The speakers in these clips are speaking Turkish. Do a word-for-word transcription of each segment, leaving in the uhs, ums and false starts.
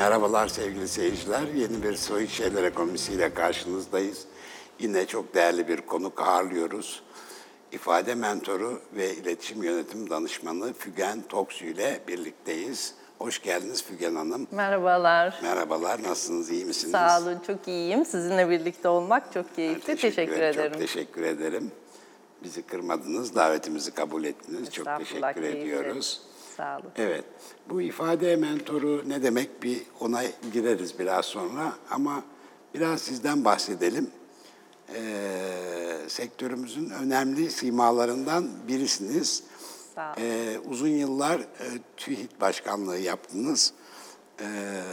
Merhabalar sevgili seyirciler. Yeni bir Soyut Şeyler Ekonomisiyle karşınızdayız. Yine çok değerli bir konuk ağırlıyoruz. İfade mentoru ve iletişim yönetim danışmanı Fügen Toksu ile birlikteyiz. Hoş geldiniz Fügen Hanım. Merhabalar. Merhabalar, nasılsınız, iyi misiniz? Sağ olun, çok iyiyim. Sizinle birlikte olmak çok keyifli. Teşekkür, teşekkür ederim. Çok teşekkür ederim. Bizi kırmadınız, davetimizi kabul ettiniz. Çok teşekkür keyifli. ediyoruz. Sağ olun. Evet, bu ifade mentoru ne demek, bir ona gireriz biraz sonra ama biraz sizden bahsedelim. Ee, sektörümüzün önemli simalarından birisiniz. Sağ olun. Ee, uzun yıllar e, TÜİHİT Başkanlığı yaptınız. Ee,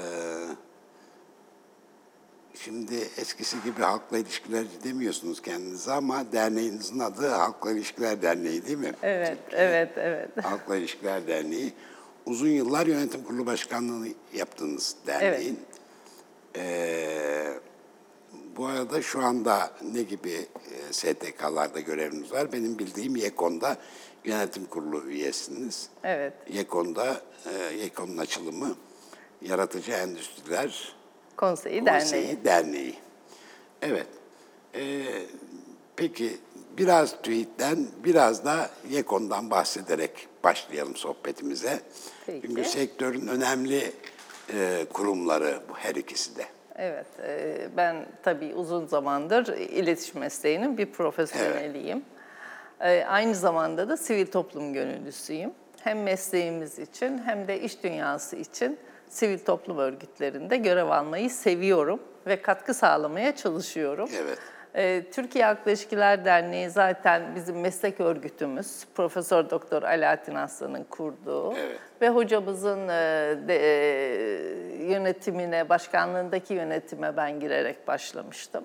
şimdi eskisi gibi halkla ilişkilerci demiyorsunuz kendinize ama derneğinizin adı Halkla İlişkiler Derneği değil mi? Evet, evet, evet. Halkla İlişkiler Derneği. Uzun yıllar yönetim kurulu başkanlığını yaptığınız derneğin. Evet. Ee, bu arada şu anda ne gibi e, S T K'larda göreviniz var? Benim bildiğim YEKON'da yönetim kurulu üyesiniz. Evet. YEKON'da, e, YEKON'un açılımı Yaratıcı Endüstriler Konseyi, Konseyi Derneği. Derneği. Evet. Ee, peki biraz TÜİHİT'ten, biraz da YEKON'dan bahsederek başlayalım sohbetimize. Peki. Çünkü sektörün önemli e, kurumları bu her ikisi de. Evet, e, ben tabii uzun zamandır iletişim mesleğinin bir profesyoneliyim. Evet. Aynı zamanda da sivil toplum gönüllüsüyüm. Hem mesleğimiz için hem de iş dünyası için sivil toplum örgütlerinde görev almayı seviyorum ve katkı sağlamaya çalışıyorum. Evet. Ee, Türkiye Halkla İlişkiler Derneği zaten bizim meslek örgütümüz. Profesör Doktor Alaaddin Aslan'ın kurduğu. Evet. Ve hocamızın e, de, e, yönetimine, başkanlığındaki yönetime ben girerek başlamıştım.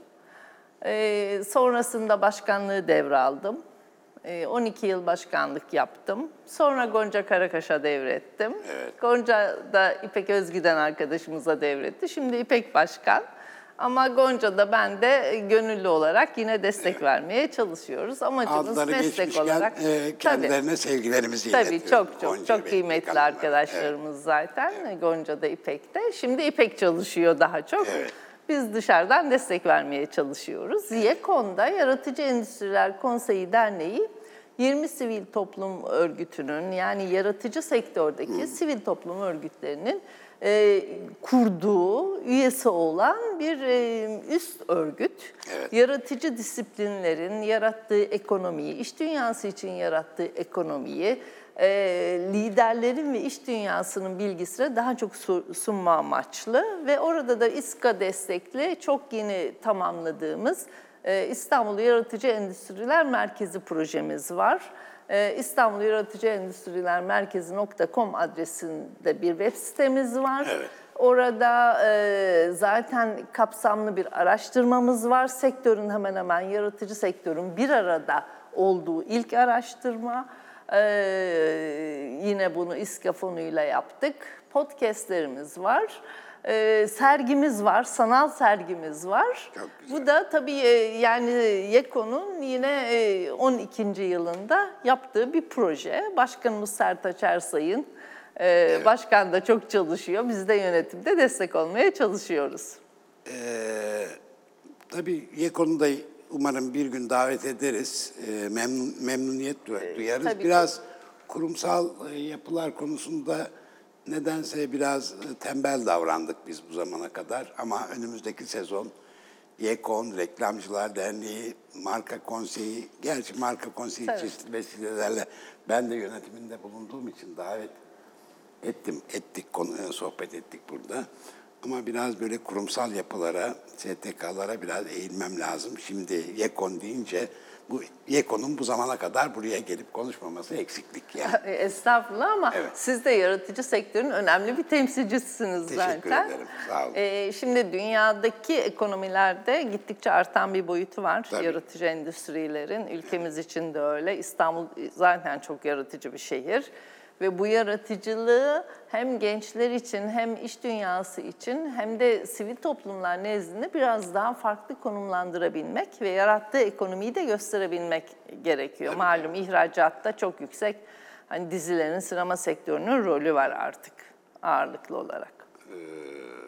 E, sonrasında başkanlığı devraldım. on iki yıl başkanlık yaptım. Sonra Gonca Karakaş'a devrettim. Evet. Gonca da İpek Özgüden arkadaşımıza devretti. Şimdi İpek başkan. Ama Gonca'da ben de gönüllü olarak yine destek evet. vermeye çalışıyoruz. Amacımız Adları meslek olarak. E, kendilerine tabii, sevgilerimizi tabii, iletiyoruz. Çok çok Gonca çok kıymetli arkadaşlarımız evet. zaten. Evet. Gonca'da, İpek'te. Şimdi İpek çalışıyor daha çok. Evet. Biz dışarıdan destek vermeye çalışıyoruz. YEKON'da Yaratıcı Endüstriler Konseyi Derneği yirmi sivil toplum örgütünün, yani yaratıcı sektördeki hmm. sivil toplum örgütlerinin e, kurduğu, üyesi olan bir e, üst örgüt. Evet. Yaratıcı disiplinlerin yarattığı ekonomiyi, iş dünyası için yarattığı ekonomiyi, e, liderlerin ve iş dünyasının bilgisine daha çok sunma amaçlı ve orada da İSKA destekli çok yeni tamamladığımız İstanbul Yaratıcı Endüstriler Merkezi projemiz var. İstanbul Yaratıcı Endüstriler Merkezi nokta com adresinde bir web sitemiz var. Evet. Orada e, zaten kapsamlı bir araştırmamız var. Sektörün hemen hemen yaratıcı sektörün bir arada olduğu ilk araştırma. E, yine bunu İSKA fonuyla yaptık. Podcastlerimiz var. E, sergimiz var, sanal sergimiz var. Bu da tabii e, yani YEKON'un yine e, on ikinci yılında yaptığı bir proje. Başkanımız Sertaç Ersay'ın, e, evet. başkan da çok çalışıyor. Biz de yönetimde destek olmaya çalışıyoruz. Ee, tabii YEKON'u da umarım bir gün davet ederiz. E, memnun, memnuniyet duyarız. Tabii biraz ki. Kurumsal yapılar konusunda nedense biraz tembel davrandık biz bu zamana kadar ama önümüzdeki sezon YEKON, Reklamcılar Derneği, Marka Konseyi, gerçi Marka Konseyi evet. çeşitli vesilelerle ben de yönetiminde bulunduğum için davet ettim, ettik, konu, sohbet ettik burada. Ama biraz böyle kurumsal yapılara, S T K'lara biraz eğilmem lazım. Şimdi YEKON deyince bu YEKON'un bu zamana kadar buraya gelip konuşmaması eksiklik yani. Estağfurullah ama evet. siz de yaratıcı sektörün önemli bir temsilcisiniz Teşekkür zaten. Teşekkür ederim, sağ olun. Ee, şimdi dünyadaki ekonomilerde gittikçe artan bir boyutu var. Tabii. Yaratıcı endüstrilerin. Ülkemiz için de öyle. İstanbul zaten çok yaratıcı bir şehir. Ve bu yaratıcılığı hem gençler için hem iş dünyası için hem de sivil toplumlar nezdinde biraz daha farklı konumlandırabilmek ve yarattığı ekonomiyi de gösterebilmek gerekiyor. Tabii. Malum ihracatta çok yüksek hani dizilerin, sinema sektörünün rolü var artık ağırlıklı olarak. Ee,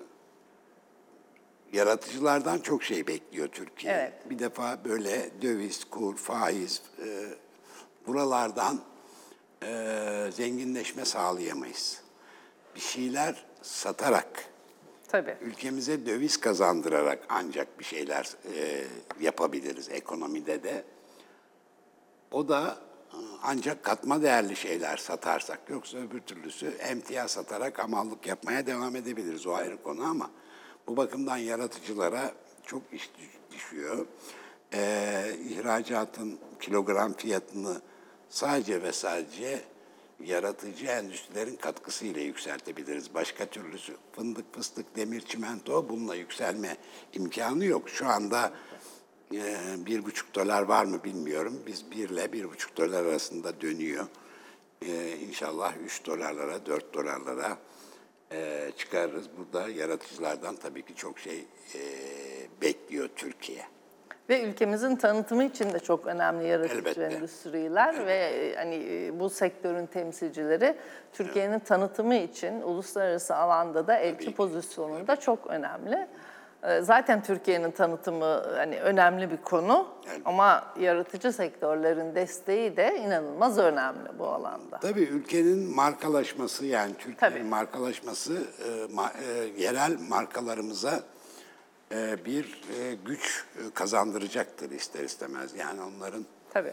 yaratıcılardan çok şey bekliyor Türkiye. Evet. Bir defa böyle döviz, kur, faiz e, buralardan e, zenginleşme sağlayamayız. Bir şeyler satarak, Tabii. ülkemize döviz kazandırarak ancak bir şeyler e, yapabiliriz ekonomide de. O da ancak katma değerli şeyler satarsak. Yoksa öbür türlüsü emtia satarak hamallık yapmaya devam edebiliriz. O ayrı konu ama bu bakımdan yaratıcılara çok iş düşüyor. Ee, ihracatın kilogram fiyatını sadece ve sadece yaratıcı endüstrilerin katkısıyla yükseltebiliriz. Başka türlüsü fındık, fıstık, demir, çimento bununla yükselme imkanı yok. Şu anda e, bir buçuk dolar var mı bilmiyorum. Biz bir ile bir buçuk dolar arasında dönüyor. E, İnşallah üç dolarlara, dört dolarlara e, çıkarırız. Burada yaratıcılardan tabii ki çok şey e, bekliyor Türkiye. Ve ülkemizin tanıtımı için de çok önemli yaratıcı Elbette. endüstriler evet. ve hani bu sektörün temsilcileri Türkiye'nin evet. tanıtımı için uluslararası alanda da elçi Tabii. pozisyonunda Tabii. çok önemli. Zaten Türkiye'nin tanıtımı hani önemli bir konu evet. ama yaratıcı sektörlerin desteği de inanılmaz önemli bu alanda. Tabii ülkenin markalaşması yani Türkiye'nin markalaşması e, ma, e, yerel markalarımıza bir güç kazandıracaktır ister istemez. Yani onların Tabii.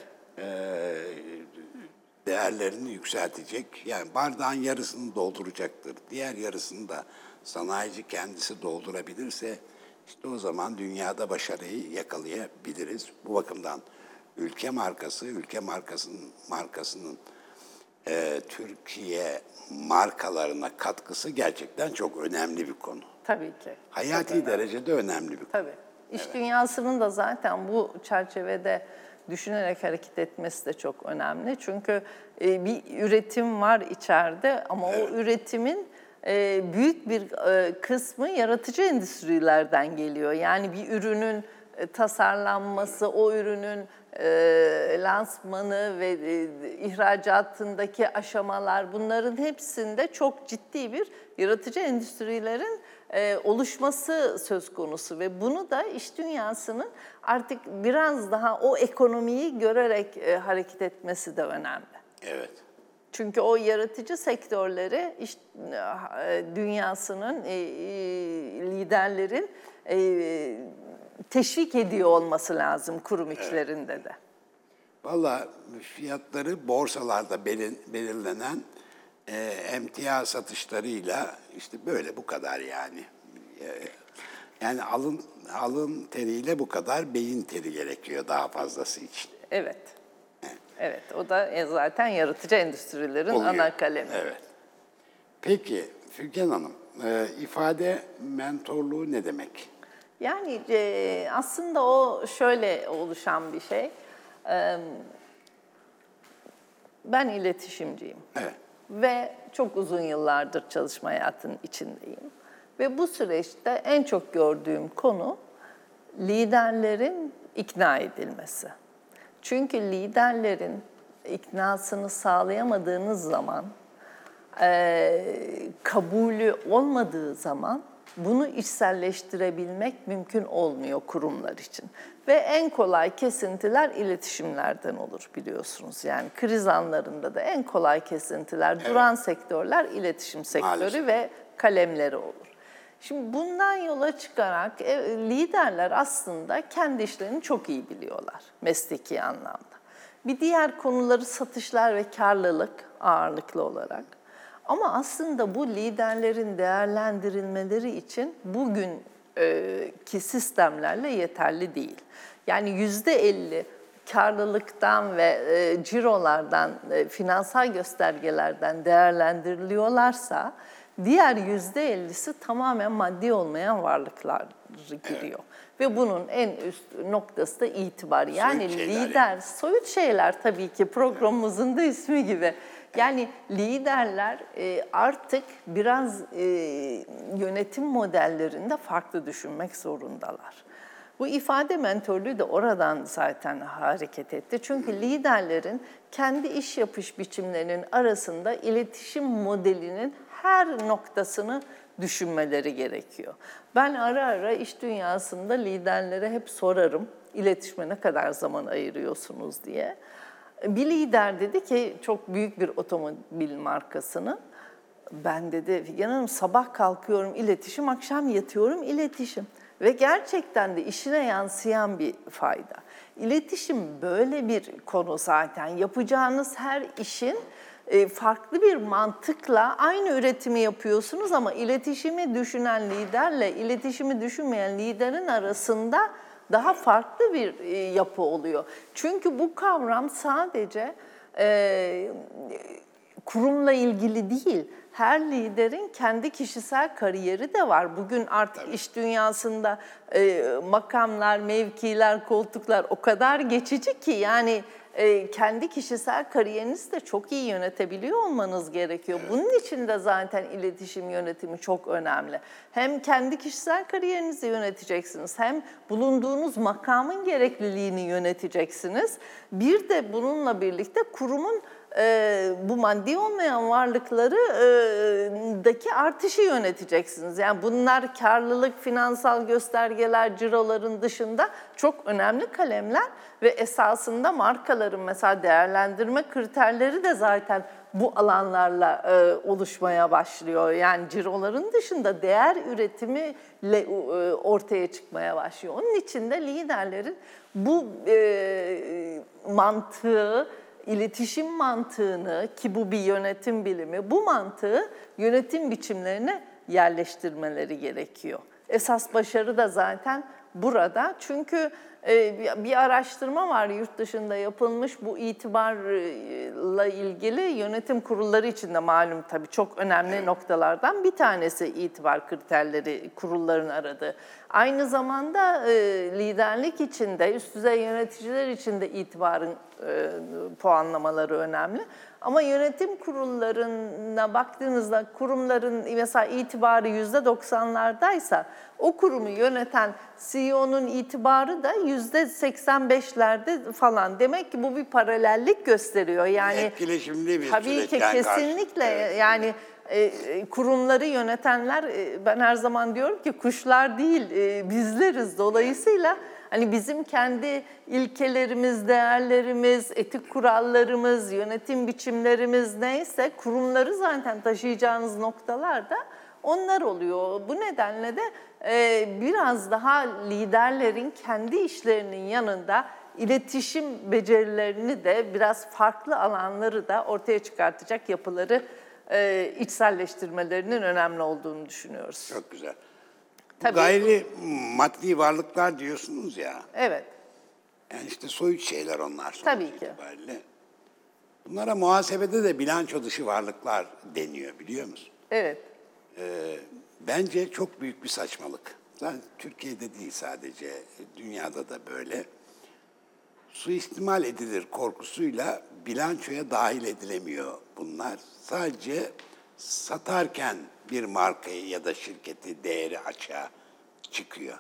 değerlerini yükseltecek. Yani bardağın yarısını dolduracaktır. Diğer yarısını da sanayici kendisi doldurabilirse işte o zaman dünyada başarıyı yakalayabiliriz. Bu bakımdan ülke markası, ülke markasının markasının e, Türkiye markalarına katkısı gerçekten çok önemli bir konu. Tabii ki. Hayati derecede önemli bir konu. Tabii. İş evet. dünyasının da zaten bu çerçevede düşünerek hareket etmesi de çok önemli. Çünkü e, bir üretim var içeride ama evet. o üretimin e, büyük bir e, kısmı yaratıcı endüstrilerden geliyor. Yani bir ürünün e, tasarlanması, evet. o ürünün e, lansmanı ve e, ihracatındaki aşamalar bunların hepsinde çok ciddi bir yaratıcı endüstrilerin e, oluşması söz konusu ve bunu da iş dünyasının artık biraz daha o ekonomiyi görerek e, hareket etmesi de önemli. Evet. Çünkü o yaratıcı sektörleri iş e, dünyasının e, e, liderlerin e, teşvik ediyor olması lazım kurum evet. içlerinde de. Vallahi fiyatları borsalarda belir, belirlenen e, emtia satışlarıyla işte böyle bu kadar yani. E, yani alın alın teriyle bu kadar beyin teri gerekiyor daha fazlası için. Evet. Evet, evet o da zaten yaratıcı endüstrilerin Oluyor. ana kalemi. Evet. Peki Fügen Hanım, e, ifade mentorluğu ne demek? Yani e, aslında o şöyle oluşan bir şey. E, ben iletişimciyim. Evet. Ve çok uzun yıllardır çalışma hayatının içindeyim. Ve bu süreçte en çok gördüğüm konu liderlerin ikna edilmesi. Çünkü liderlerin iknasını sağlayamadığınız zaman, e, kabulü olmadığı zaman bunu içselleştirebilmek mümkün olmuyor kurumlar için. Ve en kolay kesintiler iletişimlerden olur biliyorsunuz. Yani kriz anlarında da en kolay kesintiler, evet. duran sektörler iletişim sektörü Maalesef. ve kalemleri olur. Şimdi bundan yola çıkarak e, liderler aslında kendi işlerini çok iyi biliyorlar mesleki anlamda. Bir diğer konuları satışlar ve karlılık ağırlıklı olarak. Ama aslında bu liderlerin değerlendirilmeleri için bugünkü sistemlerle yeterli değil. Yani yüzde elli karlılıktan ve e, cirolardan, e, finansal göstergelerden değerlendiriliyorlarsa diğer yüzde ellisi tamamen maddi olmayan varlıklar giriyor. Evet. Ve bunun en üst noktası da itibar. Yani soyut lider, yani. soyut şeyler tabii ki programımızın evet. da ismi gibi. Yani liderler artık biraz yönetim modellerinde farklı düşünmek zorundalar. Bu ifade mentörlüğü de oradan zaten hareket etti. Çünkü liderlerin kendi iş yapış biçimlerinin arasında iletişim modelinin her noktasını düşünmeleri gerekiyor. Ben ara ara iş dünyasında liderlere hep sorarım, iletişime ne kadar zaman ayırıyorsunuz diye. Bir lider dedi ki, çok büyük bir otomobil markasının, ben dedi Figen Hanım sabah kalkıyorum iletişim, akşam yatıyorum iletişim. Ve gerçekten de işine yansıyan bir fayda. İletişim böyle bir konu zaten. Yapacağınız her işin farklı bir mantıkla aynı üretimi yapıyorsunuz ama iletişimi düşünen liderle iletişimi düşünmeyen liderin arasında daha farklı bir yapı oluyor. Çünkü bu kavram sadece e, kurumla ilgili değil, her liderin kendi kişisel kariyeri de var. Bugün artık Tabii. iş dünyasında e, makamlar, mevkiler, koltuklar o kadar geçici ki yani e, kendi kişisel kariyerinizi de çok iyi yönetebiliyor olmanız gerekiyor. Evet. Bunun için de zaten iletişim yönetimi çok önemli. Hem kendi kişisel kariyerinizi yöneteceksiniz, hem bulunduğunuz makamın gerekliliğini yöneteceksiniz. Bir de bununla birlikte kurumun Ee, bu maddi olmayan varlıkları e, daki artışı yöneteceksiniz. Yani bunlar karlılık, finansal göstergeler, ciroların dışında çok önemli kalemler ve esasında markaların mesela değerlendirme kriterleri de zaten bu alanlarla e, oluşmaya başlıyor. Yani ciroların dışında değer üretimiyle e, ortaya çıkmaya başlıyor. Onun için de liderlerin bu e, mantığı, İletişim mantığını, ki bu bir yönetim bilimi, bu mantığı yönetim biçimlerine yerleştirmeleri gerekiyor. Esas başarı da zaten burada. Çünkü bir araştırma var yurt dışında yapılmış, bu itibarla ilgili yönetim kurulları için de malum tabii çok önemli noktalardan bir tanesi itibar kriterleri kurulların aradığı. Aynı zamanda liderlik için de, üst düzey yöneticiler için de itibarın puanlamaları önemli. Ama yönetim kurullarına baktığınızda kurumların mesela itibarı yüzde doksanlardaysa o kurumu yöneten C E O'nun itibarı da yüzde seksen beşlerde falan. Demek ki bu bir paralellik gösteriyor. Yani etkileşimli bir tabii ki kesinlikle evet. Yani e, kurumları yönetenler e, ben her zaman diyorum ki kuşlar değil e, bizleriz. Dolayısıyla hani bizim kendi ilkelerimiz, değerlerimiz, etik kurallarımız, yönetim biçimlerimiz neyse kurumları zaten taşıyacağınız noktalar da onlar oluyor. Bu nedenle de e, biraz daha liderlerin kendi işlerinin yanında iletişim becerilerini de biraz farklı alanları da ortaya çıkartacak yapıları e, içselleştirmelerinin önemli olduğunu düşünüyoruz. Çok güzel. Tabii. Gayri maddi varlıklar diyorsunuz ya. Evet. Yani işte soyut şeyler onlar. Tabii ki. Itibariyle. Bunlara muhasebede de bilanço dışı varlıklar deniyor, biliyor musun? Evet. Ee, bence çok büyük bir saçmalık. Zaten Türkiye'de değil sadece, dünyada da böyle. Suistimal edilir korkusuyla bilançoya dahil edilemiyor bunlar. Sadece satarken bir markayı ya da şirketi değeri açığa çıkıyor.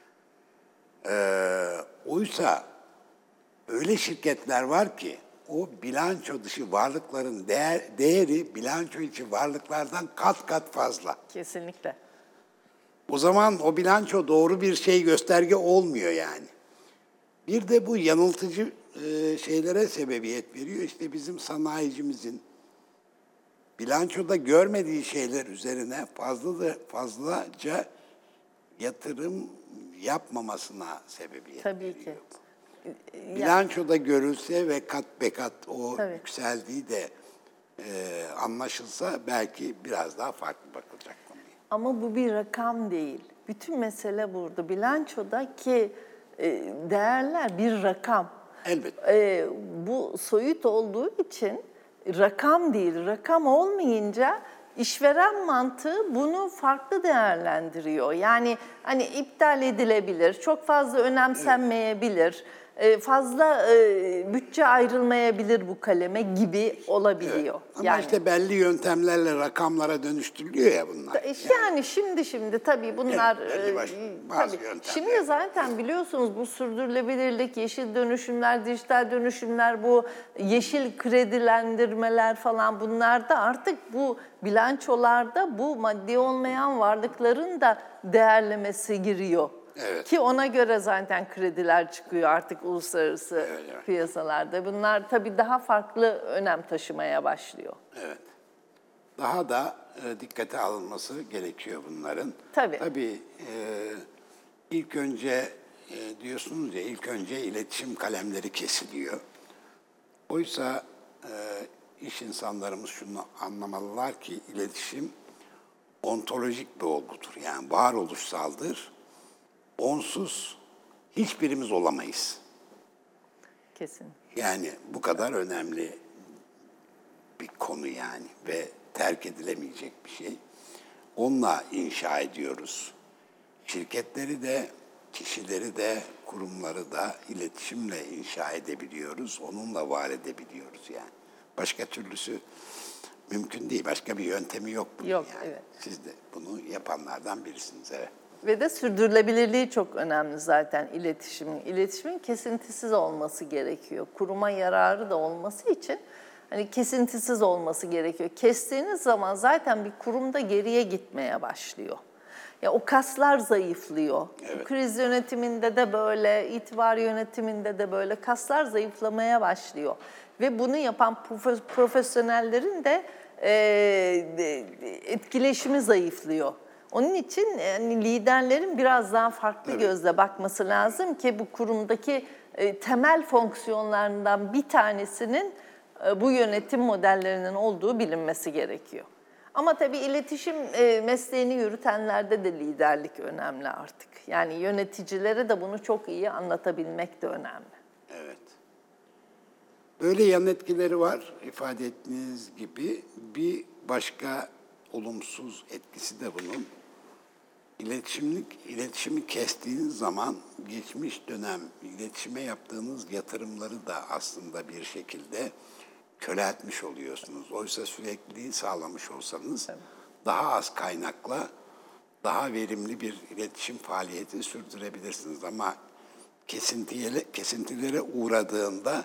Ee, oysa öyle şirketler var ki o bilanço dışı varlıkların değer, değeri bilanço içi varlıklardan kat kat fazla. Kesinlikle. O zaman o bilanço doğru bir şey gösterge olmuyor yani. Bir de bu yanıltıcı e, şeylere sebebiyet veriyor. İşte bizim sanayicimizin bilançoda görmediği şeyler üzerine fazla da fazlaca yatırım yapmamasına sebebiyet Tabii veriyor. ki. Bilançoda görülse ve kat be kat o Tabii. yükseldiği de e, anlaşılsa belki biraz daha farklı bakılacak konuya. Ama bu bir rakam değil. Bütün mesele burada. Bilançodaki e, değerler bir rakam. Elbette. E, bu soyut olduğu için rakam değil. Rakam olmayınca işveren mantığı bunu farklı değerlendiriyor. Yani hani iptal edilebilir, çok fazla önemsenmeyebilir. e, fazla e, bütçe ayrılmayabilir bu kaleme gibi olabiliyor. Ama Yani, işte belli yöntemlerle rakamlara dönüştürülüyor ya bunlar. yani, yani şimdi şimdi tabii bunlar Evet, belli baş- e, bazı tabii. yöntemler. Şimdi zaten biliyorsunuz bu sürdürülebilirlik, yeşil dönüşümler, dijital dönüşümler, bu yeşil kredilendirmeler falan bunlarda artık bu bilançolarda bu maddi olmayan varlıkların da değerlemesi giriyor. Evet. Ki ona göre zaten krediler çıkıyor artık uluslararası Evet, evet. piyasalarda. Bunlar tabii daha farklı önem taşımaya başlıyor. Evet. Daha da e, dikkate alınması gerekiyor bunların. Tabii. Tabii e, ilk önce e, diyorsunuz ya ilk önce iletişim kalemleri kesiliyor. Oysa e, iş insanlarımız şunu anlamalılar ki iletişim ontolojik bir olgudur. Yani varoluşsaldır. Onsuz hiçbirimiz olamayız. Kesin. Yani bu kadar önemli bir konu yani ve terk edilemeyecek bir şey. Onunla inşa ediyoruz. Şirketleri de, kişileri de, kurumları da iletişimle inşa edebiliyoruz. Onunla var edebiliyoruz yani. Başka türlüsü mümkün değil. Başka bir yöntemi yok bunun Yok, yani. evet. Siz de bunu yapanlardan birisiniz, evet. Ve de sürdürülebilirliği çok önemli zaten iletişimin. İletişimin kesintisiz olması gerekiyor. Kuruma yararı da olması için hani kesintisiz olması gerekiyor. Kestiğiniz zaman zaten bir kurumda geriye gitmeye başlıyor. Ya o kaslar zayıflıyor. Evet. Kriz yönetiminde de böyle, itibar yönetiminde de böyle kaslar zayıflamaya başlıyor. Ve bunu yapan profesyonellerin de e, etkileşimi zayıflıyor. Onun için yani liderlerin biraz daha farklı Evet. gözle bakması lazım ki bu kurumdaki e, temel fonksiyonlarından bir tanesinin e, bu yönetim modellerinin olduğu bilinmesi gerekiyor. Ama tabii iletişim e, mesleğini yürütenlerde de liderlik önemli artık. Yani yöneticilere de bunu çok iyi anlatabilmek de önemli. Evet. Böyle yan etkileri var ifade ettiğiniz gibi. Bir başka olumsuz etkisi de bunun. İletişimlik, iletişimi kestiğiniz zaman geçmiş dönem iletişime yaptığınız yatırımları da aslında bir şekilde köreltmiş oluyorsunuz. Oysa sürekliliği sağlamış olsanız daha az kaynakla daha verimli bir iletişim faaliyeti sürdürebilirsiniz. Ama kesintilere, kesintilere uğradığında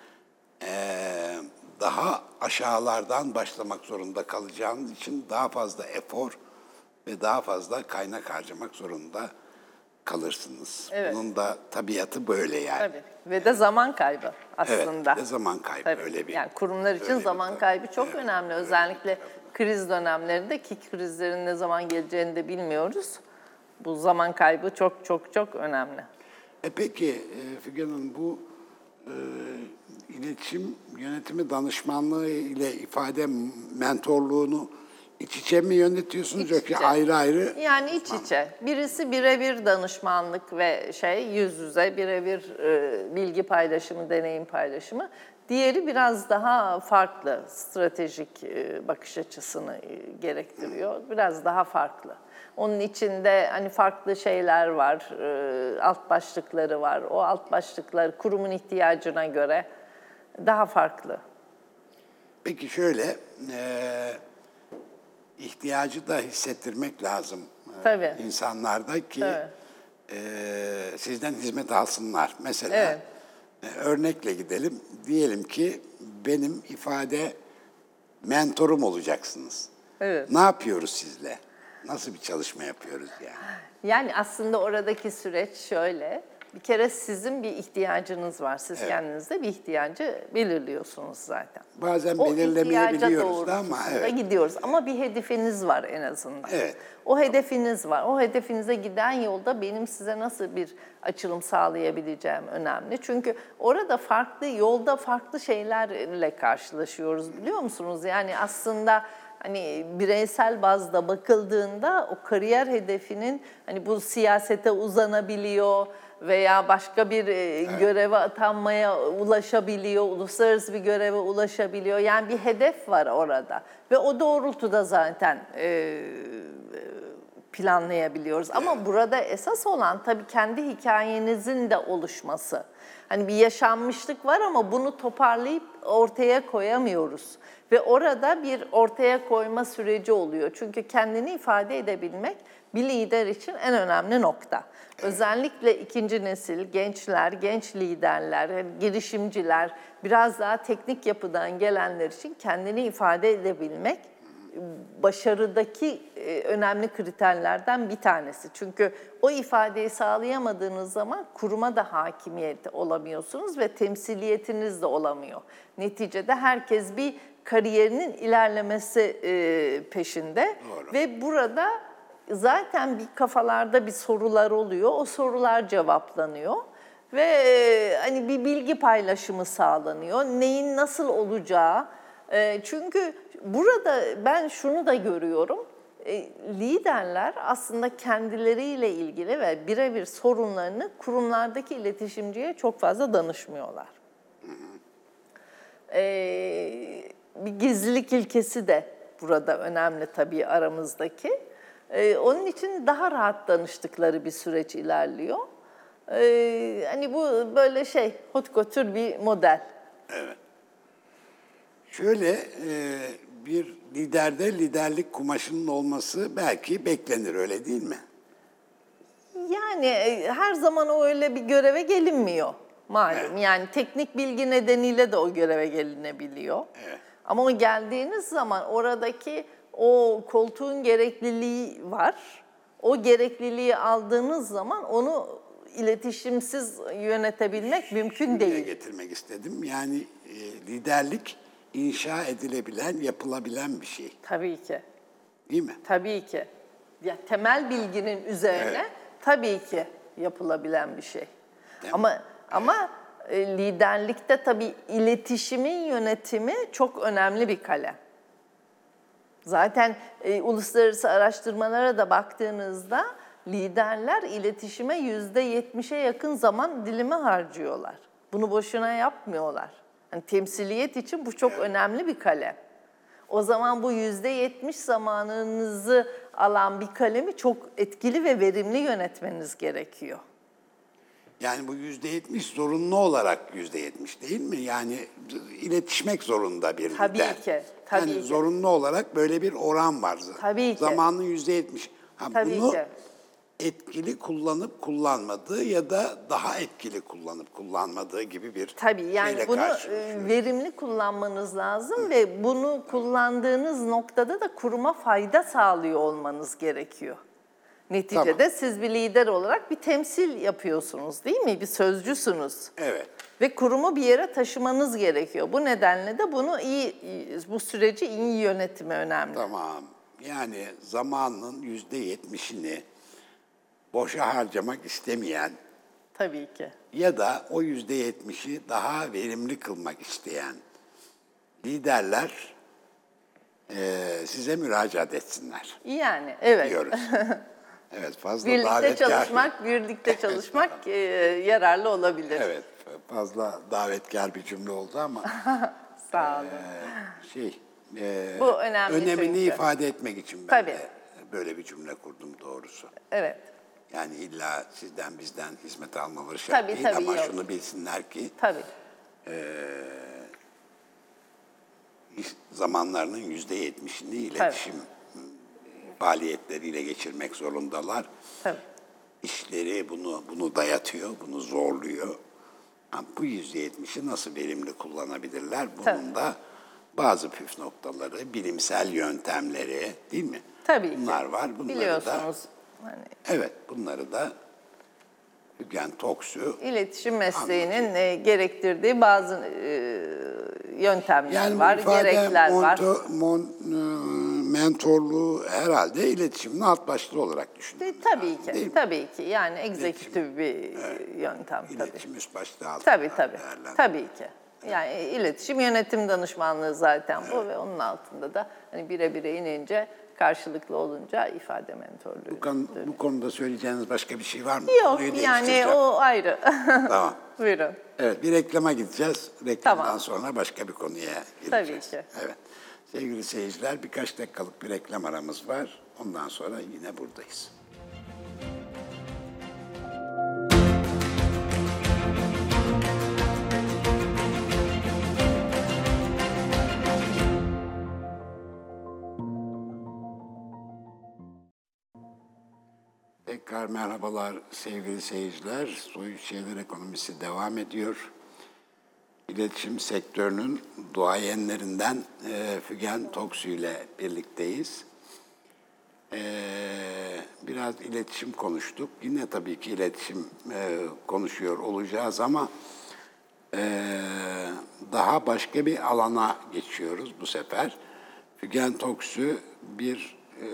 ee, daha aşağılardan başlamak zorunda kalacağınız için daha fazla efor ve daha fazla kaynak harcamak zorunda kalırsınız. Evet. Bunun da tabiatı böyle yani. Tabii. Ve de zaman kaybı aslında. Evet, ve zaman kaybı Tabii. öyle bir. Yani kurumlar için öyle bir zaman tarafı. kaybı çok Evet, önemli. öyle bir Özellikle tarafı. kriz dönemlerinde ki krizlerin ne zaman geleceğini de bilmiyoruz. Bu zaman kaybı çok çok çok önemli. E peki e, Figen Hanım bu e, iletişim yönetimi danışmanlığı ile ifade mentorluğunu iç içe mi yönetiyorsunuz İç yoksa içe. ayrı ayrı? Yani iç içe. Birisi birebir danışmanlık ve şey yüz yüze birebir e, bilgi paylaşımı, deneyim paylaşımı. Diğeri biraz daha farklı, stratejik e, bakış açısını e, gerektiriyor. Biraz daha farklı. Onun içinde hani farklı şeyler var, e, alt başlıkları var. O alt başlıklar kurumun ihtiyacına göre daha farklı. Peki şöyle, e, ihtiyacı da hissettirmek lazım e, Tabii. insanlarda ki Tabii. e, sizden hizmet alsınlar. Mesela Evet. e, örnekle gidelim. Diyelim ki benim ifade mentorum olacaksınız. Evet. Ne yapıyoruz sizle? Nasıl bir çalışma yapıyoruz yani? Yani aslında oradaki süreç şöyle, bir kere sizin bir ihtiyacınız var. Siz Evet. kendinizde bir ihtiyacı belirliyorsunuz zaten. Bazen O belirlemeyebiliyoruz da ama doğrultusunda evet. gidiyoruz. Ama bir hedefiniz var en azından. Evet. O hedefiniz var. O hedefinize giden yolda benim size nasıl bir açılım sağlayabileceğim önemli. Çünkü orada farklı, yolda farklı şeylerle karşılaşıyoruz biliyor musunuz? Yani aslında hani bireysel bazda bakıldığında o kariyer hedefinin hani bu siyasete uzanabiliyor veya başka bir evet. göreve atanmaya ulaşabiliyor, uluslararası bir göreve ulaşabiliyor. Yani bir hedef var orada ve o doğrultuda zaten e, planlayabiliyoruz. Ama burada esas olan tabii kendi hikayenizin de oluşması. Hani bir yaşanmışlık var ama bunu toparlayıp ortaya koyamıyoruz. Ve orada bir ortaya koyma süreci oluyor. Çünkü kendini ifade edebilmek bir lider için en önemli nokta. Özellikle ikinci nesil, gençler, genç liderler, yani girişimciler, biraz daha teknik yapıdan gelenler için kendini ifade edebilmek başarıdaki önemli kriterlerden bir tanesi. Çünkü o ifadeyi sağlayamadığınız zaman kuruma da hakimiyet olamıyorsunuz ve temsiliyetiniz de olamıyor. Neticede herkes bir kariyerinin ilerlemesi peşinde. Doğru. Ve burada zaten bir kafalarda bir sorular oluyor, o sorular cevaplanıyor. Ve hani bir bilgi paylaşımı sağlanıyor, neyin nasıl olacağı. Çünkü burada ben şunu da görüyorum, liderler aslında kendileriyle ilgili ve birebir sorunlarını kurumlardaki iletişimciye çok fazla danışmıyorlar. Ee, bir gizlilik ilkesi de burada önemli tabii aramızdaki. Ee, onun için daha rahat danıştıkları bir süreç ilerliyor. Ee, hani bu böyle şey, hotkötür bir model. Evet. Şöyle e, bir liderde liderlik kumaşının olması belki beklenir, öyle değil mi? Yani e, her zaman o öyle bir göreve gelinmiyor malum. Evet. Yani teknik bilgi nedeniyle de o göreve gelinebiliyor. Evet. Ama o geldiğiniz zaman oradaki o koltuğun gerekliliği var. O gerekliliği aldığınız zaman onu iletişimsiz yönetebilmek mümkün Buraya değil. getirmek istedim. Yani e, liderlik inşa edilebilen, yapılabilen bir şey. Tabii ki. Değil mi? Tabii ki. Ya temel bilginin üzerine Evet. tabii ki yapılabilen bir şey. Değil mi? Ama ama e, liderlikte tabii iletişimin yönetimi çok önemli bir kalem. Zaten e, uluslararası araştırmalara da baktığınızda liderler iletişime yüzde yetmişe yakın zaman dilimi harcıyorlar. Bunu boşuna yapmıyorlar. Yani temsiliyet için bu çok Evet. önemli bir kalem. O zaman bu yüzde yetmiş zamanınızı alan bir kalemi çok etkili ve verimli yönetmeniz gerekiyor. Yani bu yüzde yetmiş zorunlu olarak yüzde yetmiş değil mi? Yani iletişmek zorunda bir Tabii lider. ki, tabii yani ki. zorunlu olarak böyle bir oran var. Tabii ki. Zamanın yüzde yetmiş. Ha, Tabii bunu ki. etkili kullanıp kullanmadığı ya da daha etkili kullanıp kullanmadığı gibi bir Tabii yani şeyle bunu karşılaşıyoruz. e, verimli kullanmanız lazım ve bunu kullandığınız noktada da kuruma fayda sağlıyor olmanız gerekiyor. Neticede Tamam. siz bir lider olarak bir temsil yapıyorsunuz değil mi? Bir sözcüsünüz. Evet. Ve kurumu bir yere taşımanız gerekiyor. Bu nedenle de bunu iyi, bu süreci iyi yönetimi önemli. Tamam. Yani zamanın yüzde yetmişini boşa harcamak istemeyen Tabii ki. ya da o yüzde yetmişi daha verimli kılmak isteyen liderler eee, size müracaat etsinler Yani evet. diyoruz. Evet, fazla Birlikte davetkar. çalışmak, birlikte çalışmak e, yararlı olabilir. Evet, fazla davetkar bir cümle oldu ama Sağ olun. eee, şey eee, Bu önemli önemini çünkü. ifade etmek için ben Tabii. de böyle bir cümle kurdum doğrusu. Evet. Yani illa sizden bizden hizmet almaları şart Tabii, değil tabii, ama yok. şunu bilsinler ki Tabii. iş zamanlarının yüzde yetmişini iletişim faaliyetleriyle geçirmek zorundalar. Tabii. İşleri bunu bunu dayatıyor, bunu zorluyor. Ama bu yüzde yetmişi nasıl verimli kullanabilirler? Bunun Tabii. da bazı püf noktaları, bilimsel yöntemleri, değil mi? Tabii ki. Bunlar var. Bunları Biliyorsunuz. Da, Hani evet, bunları da Hügen Toksu iletişim mesleğinin e, gerektirdiği bazı e, yöntemler yani var, bu ifade gerekler var. monto, mon, e, mentorluğu herhalde iletişimin alt başlığı olarak düşünüyorum. E, tabii ki, tabii ki. Yani egzekütif bir yöntem tabii. İletişim üst başlığı altında. Tabii tabii. değerlendir- Tabii ki. Yani iletişim yönetim danışmanlığı zaten bu ve onun altında da hani bire bire inince karşılıklı olunca ifade mentorluğu. Bu, konu, bu konuda söyleyeceğiniz başka bir şey var mı? Yok Konuyu yani değiştireceğim. o ayrı. Tamam. Buyurun. Evet, bir reklama gideceğiz. Reklamdan Tamam. sonra başka bir konuya gireceğiz. Tabii ki. Evet. Sevgili seyirciler, birkaç dakikalık bir reklam aramız var. Ondan sonra yine buradayız. Tekrar merhabalar sevgili seyirciler. Soyut Şeyler Ekonomisi devam ediyor. İletişim sektörünün duayenlerinden e, Fügen Toksu ile birlikteyiz. E, biraz iletişim konuştuk. Yine tabii ki iletişim e, konuşuyor olacağız ama e, daha başka bir alana geçiyoruz bu sefer. Fügen Toksu bir e,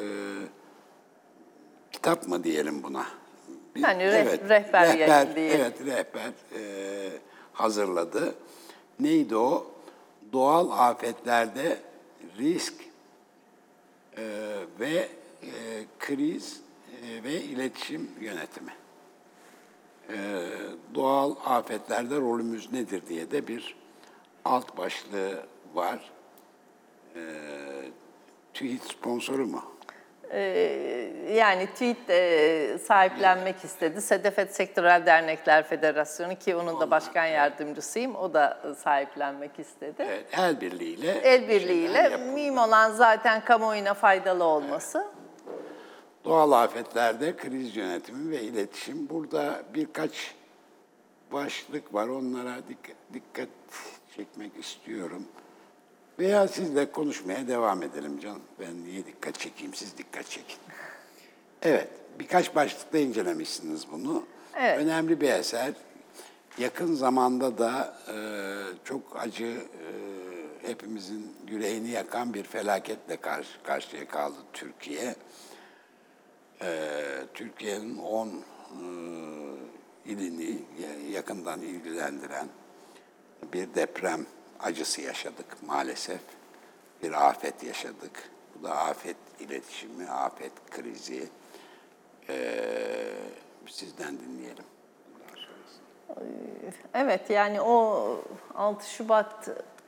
kitap mı diyelim buna? Bir, yani evet, rehber, rehber yayın diyelim. Evet, rehber e, hazırladı. Neydi o? Doğal afetlerde risk e, ve e, kriz e, ve iletişim yönetimi. E, doğal afetlerde rolümüz nedir diye de bir alt başlığı var. E, TÜİT sponsoru mu? Yani TÜİT e, sahiplenmek istedi. Sedefet Sektörel Dernekler Federasyonu ki onun da başkan yardımcısıyım. O da sahiplenmek istedi. Evet, el birliğiyle. El birliğiyle. Mühim olan zaten kamuoyuna faydalı olması. Evet. Doğal afetlerde kriz yönetimi ve iletişim. Burada birkaç başlık var. Onlara dikkat, dikkat çekmek istiyorum. Veya sizle konuşmaya devam edelim canım. Ben niye dikkat çekeyim, siz dikkat çekin. Evet, birkaç başlıkta incelemişsiniz bunu. Evet. Önemli bir eser. Yakın zamanda da e, çok acı, e, hepimizin yüreğini yakan bir felaketle karşı karşıya kaldı Türkiye. E, Türkiye'nin on e, ilini yakından ilgilendiren bir deprem acısı yaşadık maalesef. Bir afet yaşadık. Bu da afet iletişimi, afet krizi. Ee, sizden dinleyelim. Evet, yani o altı Şubat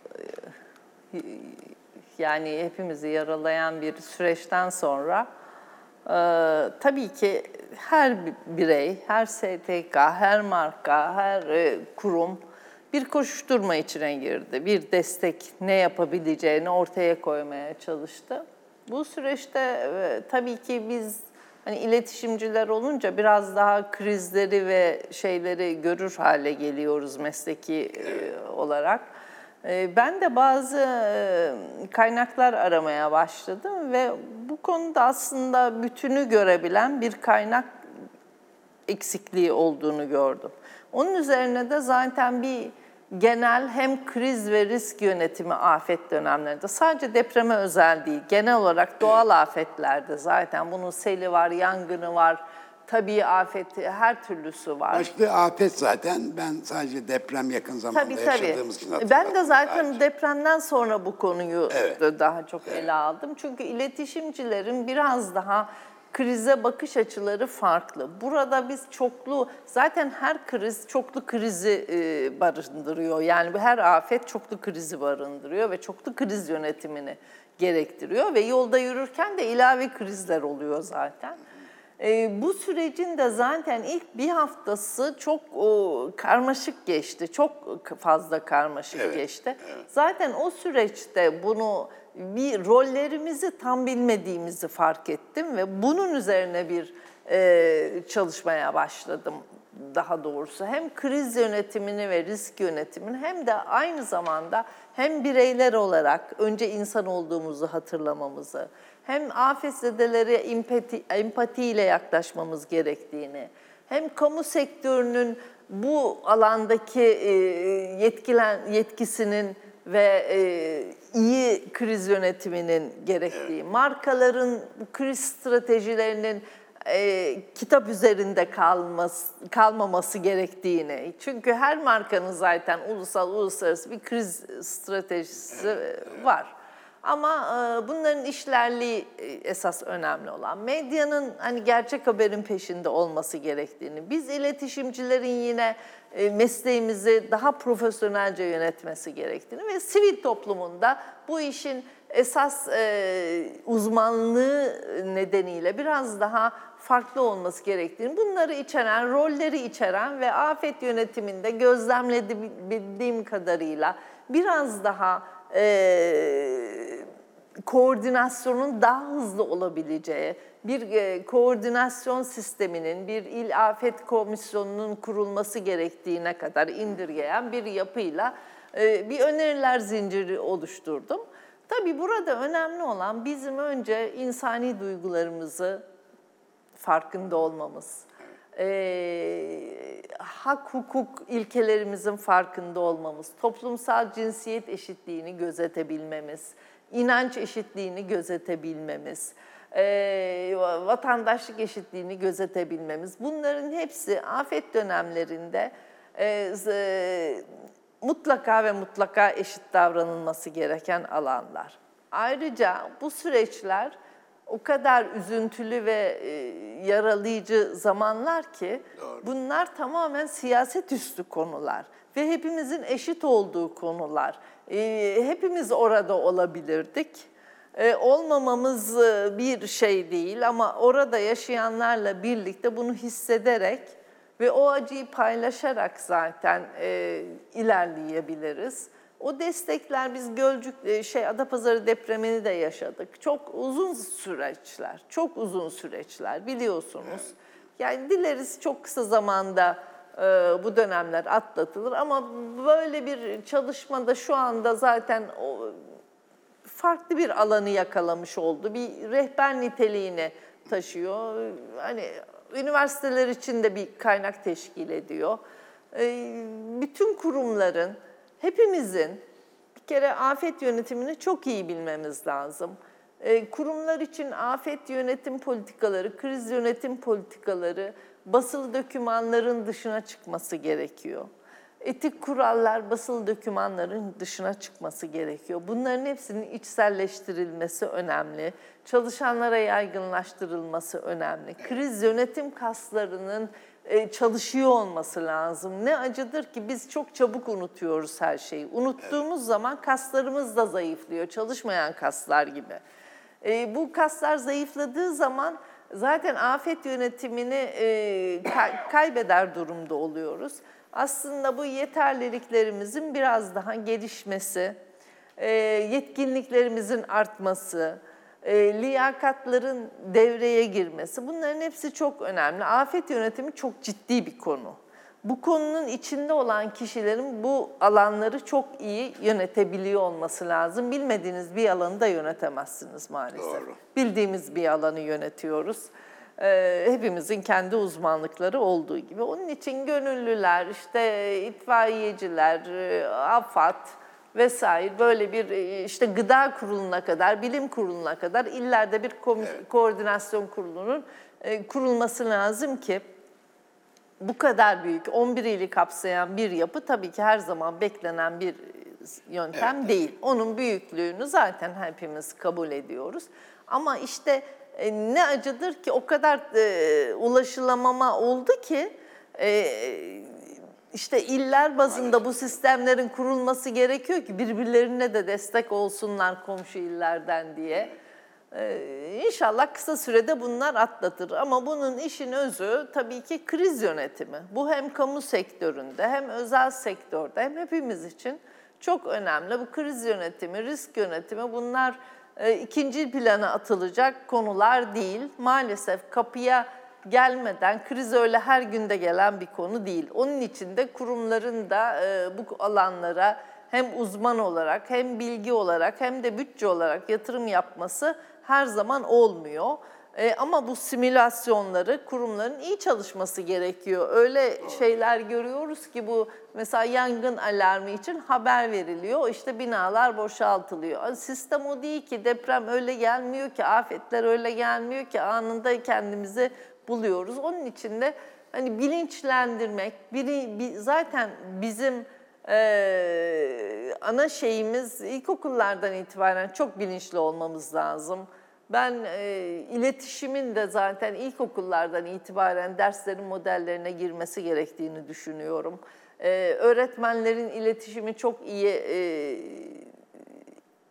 yani hepimizi yaralayan bir süreçten sonra e, tabii ki her birey, her S T K, her marka, her e, kurum bir koşuşturma içine girdi. Bir destek ne yapabileceğini ortaya koymaya çalıştı. Bu süreçte e, tabii ki biz hani iletişimciler olunca biraz daha krizleri ve şeyleri görür hale geliyoruz mesleki e, olarak. E, ben de bazı e, kaynaklar aramaya başladım ve bu konuda aslında bütünü görebilen bir kaynak eksikliği olduğunu gördüm. Onun üzerine de zaten bir genel hem kriz ve risk yönetimi afet dönemlerinde, sadece depreme özel değil, genel olarak doğal afetlerde zaten bunun seli var, yangını var, tabii afeti, her türlüsü var. Başka afet zaten, ben sadece deprem yakın zamanda tabii, yaşadığımız tabii. için hatırladım. Ben de zaten sadece. depremden sonra bu konuyu Evet. daha çok ele aldım. Çünkü iletişimcilerin biraz daha krize bakış açıları farklı. Burada biz çoklu, zaten her kriz çoklu krizi e, barındırıyor. Yani her afet çoklu krizi barındırıyor ve çoklu kriz yönetimini gerektiriyor. Ve yolda yürürken de ilave krizler oluyor zaten. E, bu sürecin de zaten ilk bir haftası çok o, karmaşık geçti. Çok fazla karmaşık Evet, geçti. evet. Zaten o süreçte bunu bir rollerimizi tam bilmediğimizi fark ettim ve bunun üzerine bir e, çalışmaya başladım daha doğrusu. Hem kriz yönetimini ve risk yönetimini hem de aynı zamanda hem bireyler olarak önce insan olduğumuzu hatırlamamızı, hem afetzedelere empati, empatiyle yaklaşmamız gerektiğini, hem kamu sektörünün bu alandaki e, yetkilen, yetkisinin ve e, iyi kriz yönetiminin gerektiği, evet. Markaların kriz stratejilerinin e, kitap üzerinde kalması, kalmaması gerektiğini. Çünkü her markanın zaten ulusal, uluslararası bir kriz stratejisi evet, evet. var. Ama e, bunların işlerliği esas önemli olan. Medyanın hani gerçek haberin peşinde olması gerektiğini, biz iletişimcilerin yine e, mesleğimizi daha profesyonelce yönetmesi gerektiğini ve sivil toplumunda bu işin esas e, uzmanlığı nedeniyle biraz daha farklı olması gerektiğini, bunları içeren, rolleri içeren ve afet yönetiminde gözlemlediğim kadarıyla biraz daha e, koordinasyonun daha hızlı olabileceği, bir e, koordinasyon sisteminin, bir il afet komisyonunun kurulması gerektiğine kadar indirgeyen bir yapıyla e, bir öneriler zinciri oluşturdum. Tabii burada önemli olan bizim önce insani duygularımızı farkında olmamız, e, hak hukuk ilkelerimizin farkında olmamız, toplumsal cinsiyet eşitliğini gözetebilmemiz, inanç eşitliğini gözetebilmemiz, e, vatandaşlık eşitliğini gözetebilmemiz. Bunların hepsi afet dönemlerinde e, e, mutlaka ve mutlaka eşit davranılması gereken alanlar. Ayrıca bu süreçler o kadar üzüntülü ve e, yaralayıcı zamanlar ki Doğru. bunlar tamamen siyaset üstü konular ve hepimizin eşit olduğu konular. E, hepimiz orada olabilirdik. E, olmamamız e, bir şey değil ama orada yaşayanlarla birlikte bunu hissederek ve o acıyı paylaşarak zaten e, ilerleyebiliriz. O destekler, biz Gölcük, şey Adapazarı depremini de yaşadık. Çok uzun süreçler, çok uzun süreçler biliyorsunuz. Evet. Yani dileriz çok kısa zamanda e, bu dönemler atlatılır ama böyle bir çalışmada şu anda zaten o, farklı bir alanı yakalamış oldu. Bir rehber niteliğini taşıyor. Hani üniversiteler için de bir kaynak teşkil ediyor. E, bütün kurumların, hepimizin bir kere afet yönetimini çok iyi bilmemiz lazım. E, kurumlar için afet yönetim politikaları, kriz yönetim politikaları basılı dokümanların dışına çıkması gerekiyor. Etik kurallar basılı dokümanların dışına çıkması gerekiyor. Bunların hepsinin içselleştirilmesi önemli. Çalışanlara yaygınlaştırılması önemli. Kriz yönetim kaslarının çalışıyor olması lazım. Ne acıdır ki biz çok çabuk unutuyoruz her şeyi. Unuttuğumuz evet. zaman kaslarımız da zayıflıyor, çalışmayan kaslar gibi. E, bu kaslar zayıfladığı zaman zaten afet yönetimini e, ka- kaybeder durumda oluyoruz. Aslında bu yeterliliklerimizin biraz daha gelişmesi, e, yetkinliklerimizin artması, E, liyakatların devreye girmesi, bunların hepsi çok önemli. Afet yönetimi çok ciddi bir konu. Bu konunun içinde olan kişilerin bu alanları çok iyi yönetebiliyor olması lazım. Bilmediğiniz bir alanı da yönetemezsiniz maalesef. Doğru. Bildiğimiz bir alanı yönetiyoruz. E, hepimizin kendi uzmanlıkları olduğu gibi. Onun için gönüllüler, işte itfaiyeciler, e, AFAD, vesaire böyle bir işte gıda kuruluna kadar, bilim kuruluna kadar illerde bir ko- evet. koordinasyon kurulunun e, kurulması lazım ki bu kadar büyük on bir ili kapsayan bir yapı tabii ki her zaman beklenen bir yöntem evet. değil. Onun büyüklüğünü zaten hepimiz kabul ediyoruz. Ama işte e, ne acıdır ki o kadar e, ulaşılamama oldu ki e, İşte iller bazında bu sistemlerin kurulması gerekiyor ki birbirlerine de destek olsunlar komşu illerden diye. Ee, İnşallah kısa sürede bunlar atlatır. Ama bunun işin özü tabii ki kriz yönetimi. Bu hem kamu sektöründe hem özel sektörde hem hepimiz için çok önemli. Bu kriz yönetimi, risk yönetimi bunlar e, ikinci plana atılacak konular değil. Maalesef kapıya gelmeden, kriz öyle her günde gelen bir konu değil. Onun için de kurumların da e, bu alanlara hem uzman olarak, hem bilgi olarak, hem de bütçe olarak yatırım yapması her zaman olmuyor. E, ama bu simülasyonları kurumların iyi çalışması gerekiyor. Öyle şeyler görüyoruz ki bu mesela yangın alarmı için haber veriliyor. İşte binalar boşaltılıyor. Sistem o değil ki, deprem öyle gelmiyor ki, afetler öyle gelmiyor ki, anında kendimizi buluyoruz. Onun için de hani bilinçlendirmek, biri, zaten bizim e, ana şeyimiz ilkokullardan itibaren çok bilinçli olmamız lazım. Ben e, iletişimin de zaten ilkokullardan itibaren derslerin modellerine girmesi gerektiğini düşünüyorum. E, öğretmenlerin iletişimi çok iyi e,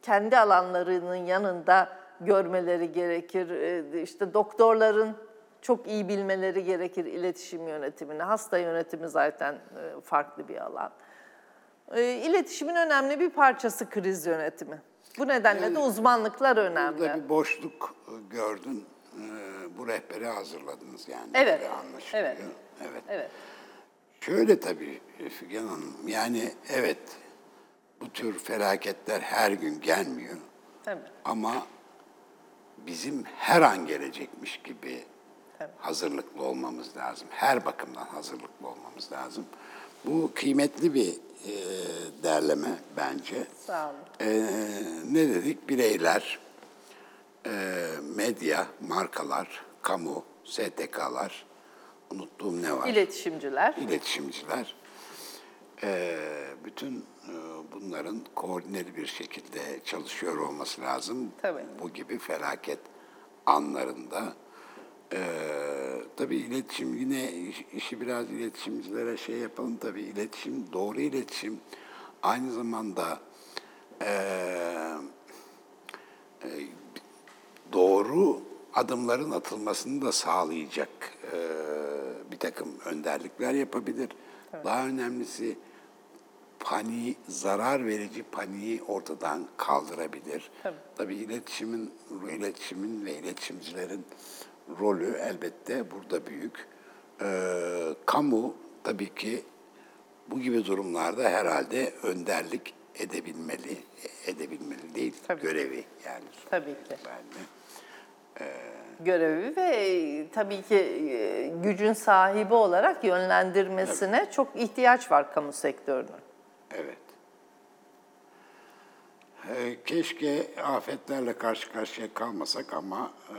kendi alanlarının yanında görmeleri gerekir. E, işte doktorların çok iyi bilmeleri gerekir iletişim yönetimini. Hasta yönetimi zaten e, farklı bir alan. E, iletişimin önemli bir parçası kriz yönetimi. Bu nedenle Yani de uzmanlıklar önemli. Burada bir boşluk gördün, e, bu rehberi hazırladınız yani. Evet, Böyle anlaşılıyor. evet. Evet. Evet. Şöyle tabii Figen Hanım, yani evet bu tür felaketler her gün gelmiyor. Tabii. Ama bizim her an gelecekmiş gibi Tabii. hazırlıklı olmamız lazım. Her bakımdan hazırlıklı olmamız lazım. Bu kıymetli bir e, derleme bence. Sağ olun. E, ne dedik? Bireyler, e, medya, markalar, kamu, S T K'lar, unuttuğum ne var? İletişimciler. İletişimciler. E, bütün e, bunların koordineli bir şekilde çalışıyor olması lazım. Tabii. Bu gibi felaket anlarında. Ee, tabii iletişim, yine iş- işi biraz iletişimcilere şey yapalım tabii, iletişim, doğru iletişim aynı zamanda ee, e, doğru adımların atılmasını da sağlayacak ee, bir takım önderlikler yapabilir. Evet. Daha önemlisi paniği, zarar verici paniği ortadan kaldırabilir. Tabii. Tabii iletişimin, iletişimin ve iletişimcilerin rolü elbette burada büyük. Ee, kamu tabii ki bu gibi durumlarda herhalde önderlik edebilmeli, edebilmeli değil, Tabii. görevi yani. Tabii ki. Yani, Görevi ve e, tabii ki e, gücün sahibi olarak yönlendirmesine çok ihtiyaç var kamu sektörünün. evet. Ee, keşke afetlerle karşı karşıya kalmasak ama e,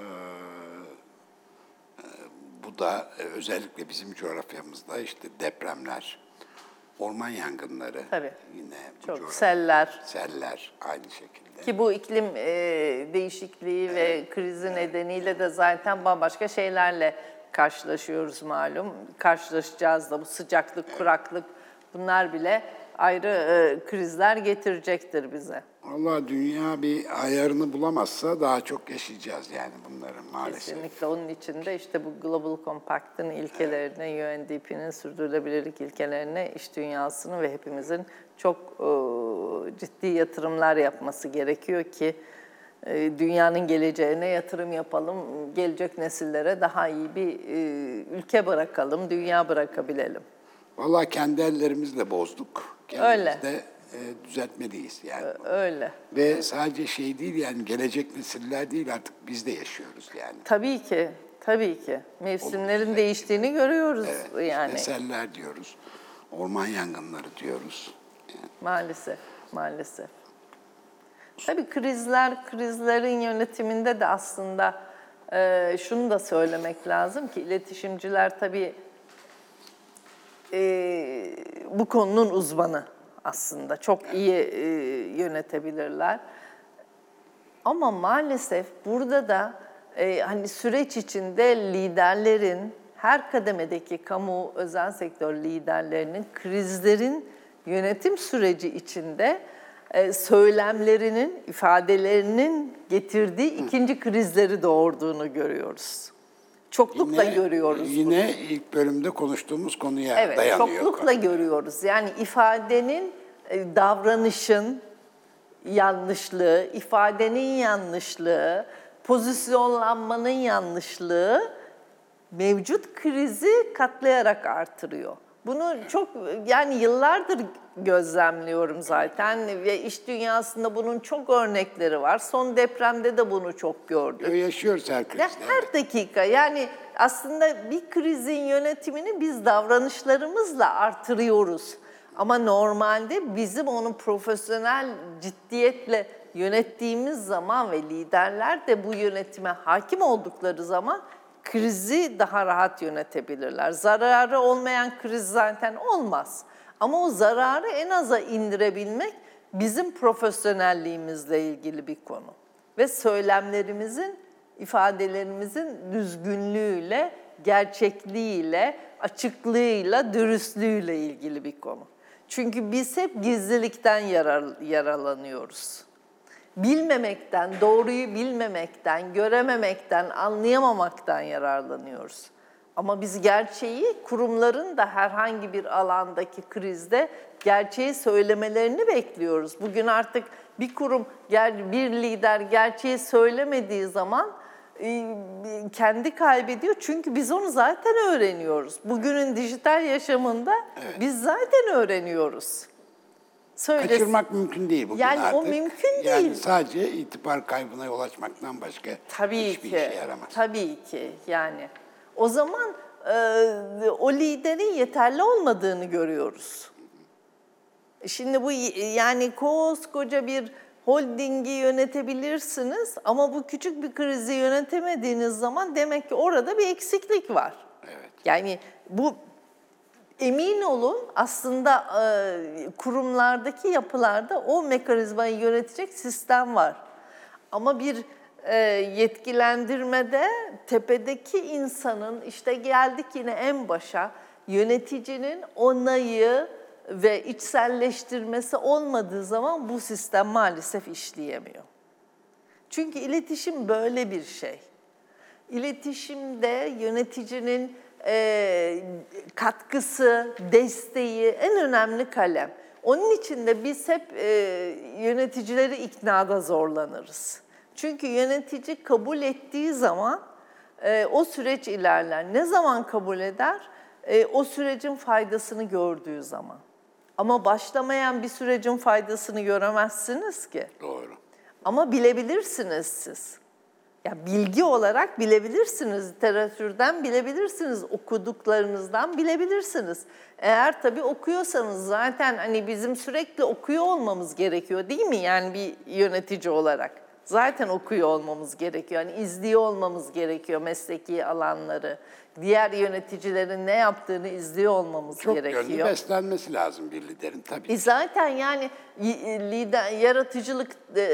e, bu da e, özellikle bizim coğrafyamızda işte depremler, orman yangınları, Tabii. yine bu Çok coğrafya- seller. seller aynı şekilde. Ki bu iklim e, değişikliği ve krizi nedeniyle de zaten bambaşka şeylerle karşılaşıyoruz malum. Karşılaşacağız da bu sıcaklık, kuraklık bunlar bile ayrı e, krizler getirecektir bize. Vallahi dünya bir ayarını bulamazsa daha çok yaşayacağız yani bunları maalesef. Kesinlikle onun için de işte bu Global Compact'ın ilkelerine, U N D P'nin sürdürülebilirlik ilkelerine iş dünyasının ve hepimizin çok e, ciddi yatırımlar yapması gerekiyor ki e, dünyanın geleceğine yatırım yapalım, gelecek nesillere daha iyi bir e, ülke bırakalım, dünya bırakabilelim. Vallahi kendi ellerimizle bozduk. Öyle. Kendimiz de e, düzeltmeliyiz yani. Öyle. Ve sadece şey değil yani gelecek nesiller değil artık biz de yaşıyoruz yani. Tabii ki, tabii ki. Mevsimlerin Olumsuz değiştiğini görüyoruz Evet, yani. işte seller diyoruz, orman yangınları diyoruz. Yani Maalesef, maalesef. Tabii krizler, krizlerin yönetiminde de aslında e, şunu da söylemek lazım ki iletişimciler tabii e, bu konunun uzmanı aslında. Çok iyi e, yönetebilirler. Ama maalesef burada da e, hani süreç içinde liderlerin, her kademedeki kamu, özel sektör liderlerinin krizlerin yönetim süreci içinde e, söylemlerinin, ifadelerinin getirdiği ikinci krizleri doğurduğunu görüyoruz. Çoklukla görüyoruz bunu. Yine ilk bölümde konuştuğumuz konuya Evet, dayanıyor. çoklukla görüyoruz. Yani ifadenin, e, davranışın yanlışlığı, ifadenin yanlışlığı, pozisyonlanmanın yanlışlığı mevcut krizi katlayarak artırıyor. Bunu çok yani yıllardır gözlemliyorum zaten ve iş dünyasında bunun çok örnekleri var. Son depremde de bunu çok gördük. Yaşıyoruz her krizde. Ya her dakika yani aslında bir krizin yönetimini biz davranışlarımızla artırıyoruz. Ama normalde bizim onu profesyonel ciddiyetle yönettiğimiz zaman ve liderler de bu yönetime hakim oldukları zaman krizi daha rahat yönetebilirler. Zararı olmayan kriz zaten olmaz. Ama o zararı en aza indirebilmek bizim profesyonelliğimizle ilgili bir konu. Ve söylemlerimizin, ifadelerimizin düzgünlüğüyle, gerçekliğiyle, açıklığıyla, dürüstlüğüyle ilgili bir konu. Çünkü biz hep gizlilikten yarar, yaralanıyoruz. bilmemekten, doğruyu bilmemekten, görememekten, anlayamamaktan yararlanıyoruz. Ama biz gerçeği, kurumların da herhangi bir alandaki krizde gerçeği söylemelerini bekliyoruz. Bugün artık bir kurum, bir lider gerçeği söylemediği zaman kendi kaybediyor. Çünkü biz onu zaten öğreniyoruz. Bugünün dijital yaşamında evet. biz zaten öğreniyoruz. Söylesin. Kaçırmak mümkün değil bugün yani artık. Yani o mümkün yani değil. Yani sadece itibar kaybına yol açmaktan başka tabii hiçbir ki, işe yaramaz. Tabii ki yani. O zaman e, o liderin yeterli olmadığını görüyoruz. Şimdi bu yani koskoca bir holdingi yönetebilirsiniz ama bu küçük bir krizi yönetemediğiniz zaman demek ki orada bir eksiklik var. Evet. Yani bu emin olun aslında e, kurumlardaki yapılarda o mekanizmayı yönetecek sistem var. Ama bir e, yetkilendirmede tepedeki insanın işte geldik yine en başa yöneticinin onayı ve içselleştirmesi olmadığı zaman bu sistem maalesef işleyemiyor. Çünkü iletişim böyle bir şey. İletişimde yöneticinin e, katkısı, desteği en önemli kalem. Onun için de biz hep e, yöneticileri iknada zorlanırız. Çünkü yönetici kabul ettiği zaman e, o süreç ilerler. Ne zaman kabul eder? E, o sürecin faydasını gördüğü zaman. Ama başlamayan bir sürecin faydasını göremezsiniz ki. Doğru. Ama bilebilirsiniz siz. Ya bilgi olarak bilebilirsiniz, literatürden bilebilirsiniz, okuduklarınızdan bilebilirsiniz. Eğer tabii okuyorsanız zaten hani bizim sürekli okuyor olmamız gerekiyor değil mi? Yani bir yönetici olarak. Zaten okuyor olmamız gerekiyor. Yani izliyor olmamız gerekiyor mesleki alanları. Diğer yöneticilerin ne yaptığını izliyor olmamız Çok gerekiyor. Çok yönlü beslenmesi lazım bir liderin tabii. E zaten yani lider, yaratıcılık,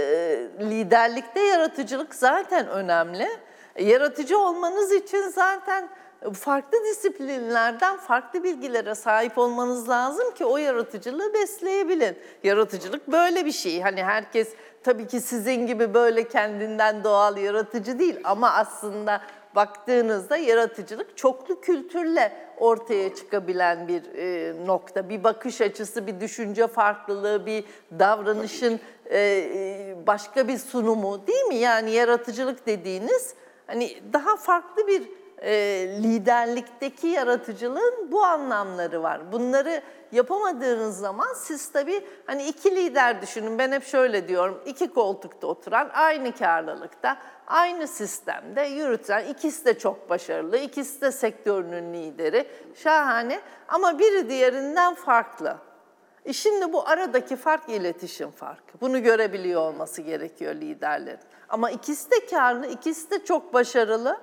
liderlikte yaratıcılık zaten önemli. Yaratıcı olmanız için zaten farklı disiplinlerden farklı bilgilere sahip olmanız lazım ki o yaratıcılığı besleyebilin. Yaratıcılık böyle bir şey. Hani herkes tabii ki sizin gibi böyle kendinden doğal yaratıcı değil ama aslında baktığınızda yaratıcılık çoklu kültürle ortaya çıkabilen bir e, nokta. Bir bakış açısı, bir düşünce farklılığı, bir davranışın e, başka bir sunumu değil mi? Yani yaratıcılık dediğiniz hani daha farklı bir e, liderlikteki yaratıcılığın bu anlamları var. Bunları yapamadığınız zaman siz tabii hani iki lider düşünün. Ben hep şöyle diyorum. İki koltukta oturan aynı karlılıkta, aynı sistemde yürüten, ikisi de çok başarılı, ikisi de sektörünün lideri. Şahane ama biri diğerinden farklı. E şimdi bu aradaki fark iletişim farkı. Bunu görebiliyor olması gerekiyor liderlerin. Ama ikisi de karlı, ikisi de çok başarılı.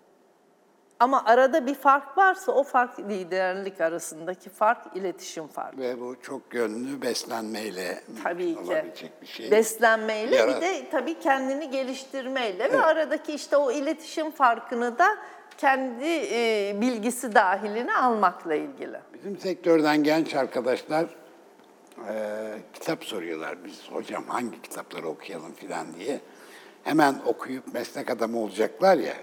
Ama arada bir fark varsa o fark liderlik arasındaki fark iletişim farkı. Ve bu çok yönlü beslenmeyle tabii ki. olabilecek bir şey. Beslenmeyle Yara... bir de tabii kendini geliştirmeyle evet. Ve aradaki işte o iletişim farkını da kendi e, bilgisi dahiline almakla ilgili. Bizim sektörden genç arkadaşlar e, kitap soruyorlar. Biz hocam hangi kitapları okuyalım filan diye. Hemen okuyup meslek adamı olacaklar ya.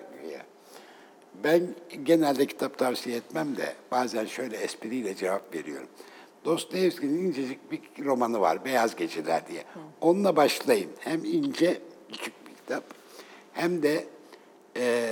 Ben genelde kitap tavsiye etmem de bazen şöyle espriyle cevap veriyorum. Dostoyevski'nin incecik bir romanı var, Beyaz Geceler diye. Onunla başlayın. Hem ince, küçük bir kitap, hem de e,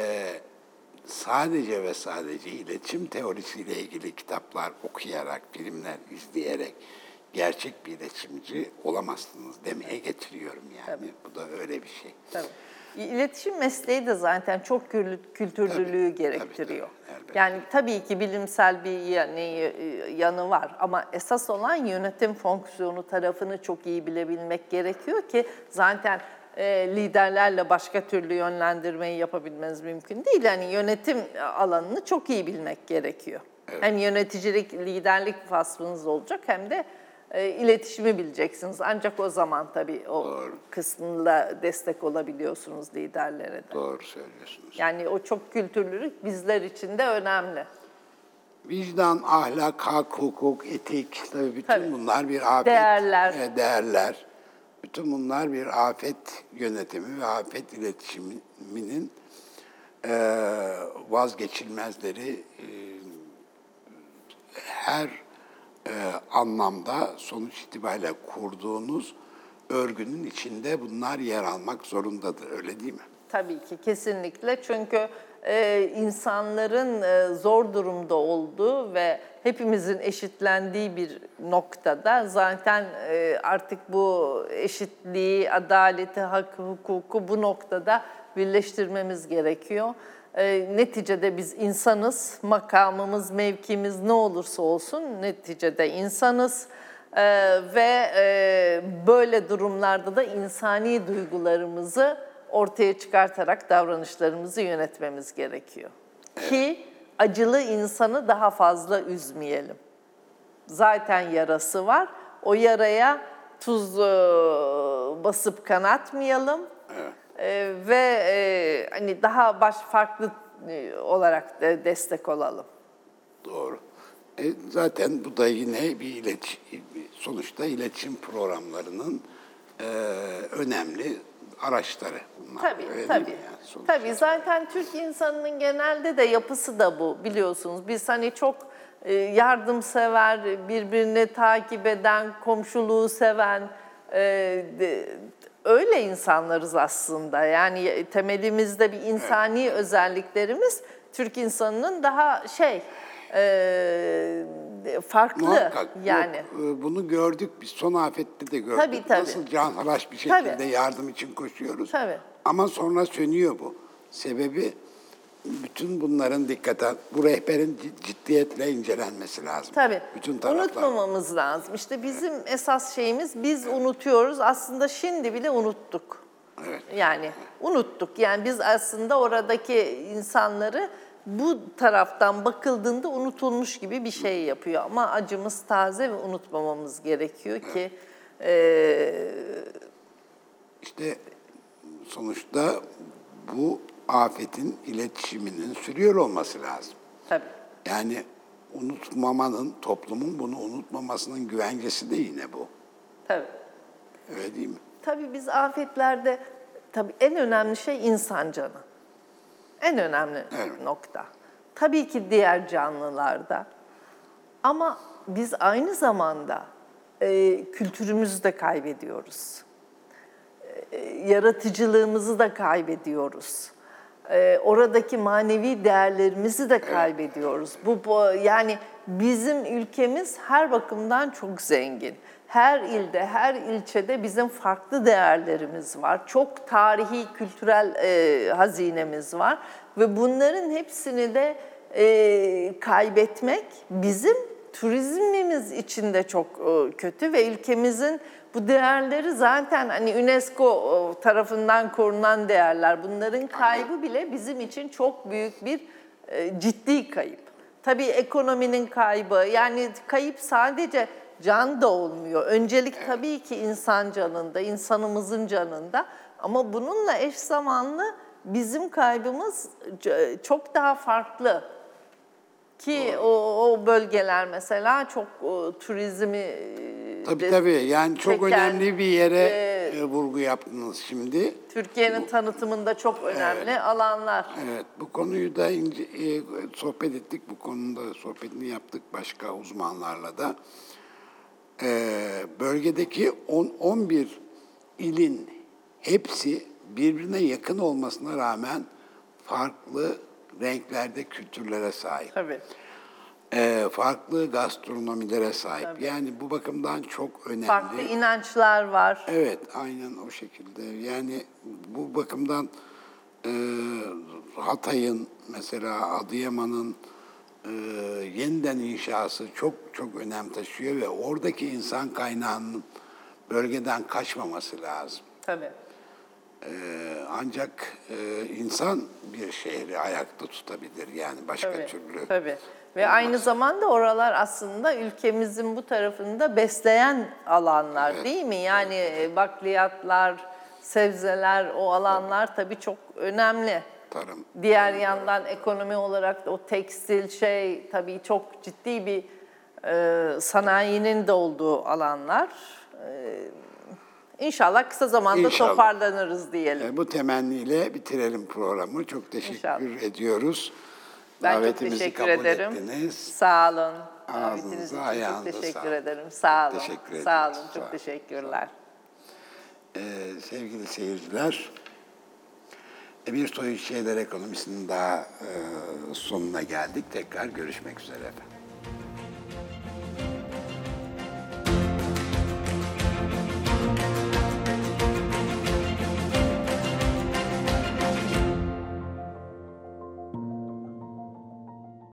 sadece ve sadece iletişim teorisiyle ilgili kitaplar okuyarak, filmler izleyerek gerçek bir iletişimci olamazsınız demeye getiriyorum yani. Tabii. Bu da öyle bir şey. Tabii. İletişim mesleği de zaten çok kültürlülüğü tabii, gerektiriyor. Tabii, tabii, yani tabii ki bilimsel bir yanı var ama esas olan yönetim fonksiyonu tarafını çok iyi bilebilmek gerekiyor ki zaten liderlerle başka türlü yönlendirmeyi yapabilmeniz mümkün değil. Yani yönetim alanını çok iyi bilmek gerekiyor. Evet. Hem yöneticilik, liderlik vasfınız olacak hem de E, iletişimi bileceksiniz. Ancak o zaman tabii o Doğru. kısmında destek olabiliyorsunuz liderlere de. Doğru söylüyorsunuz. Yani o çok kültürlülük bizler için de önemli. Vicdan, ahlak, hak, hukuk, etik, tabii bütün tabii. bunlar bir afet. Değerler. E, değerler. bütün bunlar bir afet yönetimi ve afet iletişiminin e, vazgeçilmezleri. E, her e, anlamda sonuç itibariyle kurduğunuz örgünün içinde bunlar yer almak zorundadır, öyle değil mi? Tabii ki, kesinlikle. Çünkü e, insanların e, zor durumda olduğu ve hepimizin eşitlendiği bir noktada zaten e, artık bu eşitliği, adaleti, hakkı, hukuku bu noktada birleştirmemiz gerekiyor. E, neticede biz insanız, makamımız, mevkimiz ne olursa olsun neticede insanız. E, ve e, böyle durumlarda da insani duygularımızı ortaya çıkartarak davranışlarımızı yönetmemiz gerekiyor. Evet. Ki acılı insanı daha fazla üzmeyelim. Zaten yarası var. O yaraya tuz e, basıp kanatmayalım. Evet. E, ve e, hani daha baş farklı e, olarak da destek olalım. Doğru. E, zaten bu da yine bir iletişim, sonuçta iletişim programlarının e, önemli araçları bunlar. Tabii, Öyle tabii. Yani, tabii. Zaten Türk insanının genelde de yapısı da bu, biliyorsunuz. Biz hani çok e, yardımsever, birbirini takip eden, komşuluğu seven, e, de, öyle insanlarız aslında. Yani temelimizde bir insani evet. özelliklerimiz Türk insanının daha şey, e, farklı. Muhakkak. Yani. Yok, bunu gördük biz, son afette de gördük. Tabii, tabii. Nasıl canhıraş bir şekilde tabii. yardım için koşuyoruz. Tabii. Ama sonra sönüyor bu. Sebebi bütün bunların dikkate, bu rehberin ciddiyetle incelenmesi lazım. Tabii. Bütün taraflar. Unutmamamız lazım. İşte bizim evet. esas şeyimiz, biz evet. unutuyoruz. Aslında şimdi bile unuttuk. Evet. Yani unuttuk. Yani biz aslında oradaki insanları bu taraftan bakıldığında unutulmuş gibi bir şey yapıyor. Ama acımız taze ve unutmamamız gerekiyor evet. ki... E, işte sonuçta bu afetin iletişiminin sürüyor olması lazım. Tabii. Yani unutmamanın, toplumun bunu unutmamasının güvencesi de yine bu. Tabii. Öyle değil mi? Tabii biz afetlerde, tabii en önemli şey insan canı. En önemli evet. nokta. Tabii ki diğer canlılarda. Ama biz aynı zamanda e, kültürümüzü de kaybediyoruz. E, yaratıcılığımızı da kaybediyoruz. E, oradaki manevi değerlerimizi de kaybediyoruz. Bu, bu yani bizim ülkemiz her bakımdan çok zengin. Her ilde, her ilçede bizim farklı değerlerimiz var. Çok tarihi, kültürel e, hazinemiz var. Ve bunların hepsini de e, kaybetmek bizim turizmimiz için de çok e, kötü. Ve ülkemizin bu değerleri zaten hani UNESCO tarafından korunan değerler. Bunların kaybı bile bizim için çok büyük bir e, ciddi kayıp. Tabii ekonominin kaybı, yani kayıp sadece can da olmuyor. Öncelik tabii ki insan canında, insanımızın canında. Ama bununla eş zamanlı bizim kaybımız çok daha farklı. Ki o, o bölgeler mesela çok o, turizmi... Tabii tabii, yani çok çeken, önemli bir yere e, vurgu yaptınız şimdi. Türkiye'nin tanıtımında çok önemli evet. alanlar. Evet, bu konuyu da ince, e, sohbet ettik, bu konuda sohbetini yaptık başka uzmanlarla da. E, bölgedeki on on bir ilin hepsi birbirine yakın olmasına rağmen farklı renklerde kültürlere sahip. Tabii. E, farklı gastronomilere sahip. Tabii. Yani bu bakımdan çok önemli. Farklı inançlar var. Evet, aynen o şekilde. Yani bu bakımdan e, Hatay'ın, mesela Adıyaman'ın e, yeniden inşası çok çok önem taşıyor ve oradaki insan kaynağının bölgeden kaçmaması lazım. Tabii. E, ancak e, insan bir şehri ayakta tutabilir, yani başka tabii, türlü. Tabii. Ve olmaz. Aynı zamanda oralar aslında ülkemizin bu tarafında besleyen alanlar evet. değil mi? Yani evet. bakliyatlar, sebzeler, o alanlar tabii, tabii çok önemli. Tarım. Diğer yandan ekonomi olarak da o tekstil şey tabii çok ciddi bir e, sanayinin de olduğu alanlar. E, İnşallah kısa zamanda İnşallah. toparlanırız diyelim. E, bu temenniyle bitirelim programı. Çok teşekkür İnşallah. ediyoruz. Ben çok Davetimizi teşekkür kabul ederim. ettiniz. Sağ olun. Ağzınıza, Davetiniz için ayağınıza çok teşekkür sağlık. ederim. Sağ olun. Teşekkür Sağ ederiz. olun. Sağ Çok olun. teşekkürler. Ee, sevgili seyirciler, e, bir Soyut Şeyler Ekonomisi'nin daha e, sonuna geldik. Tekrar görüşmek üzere efendim.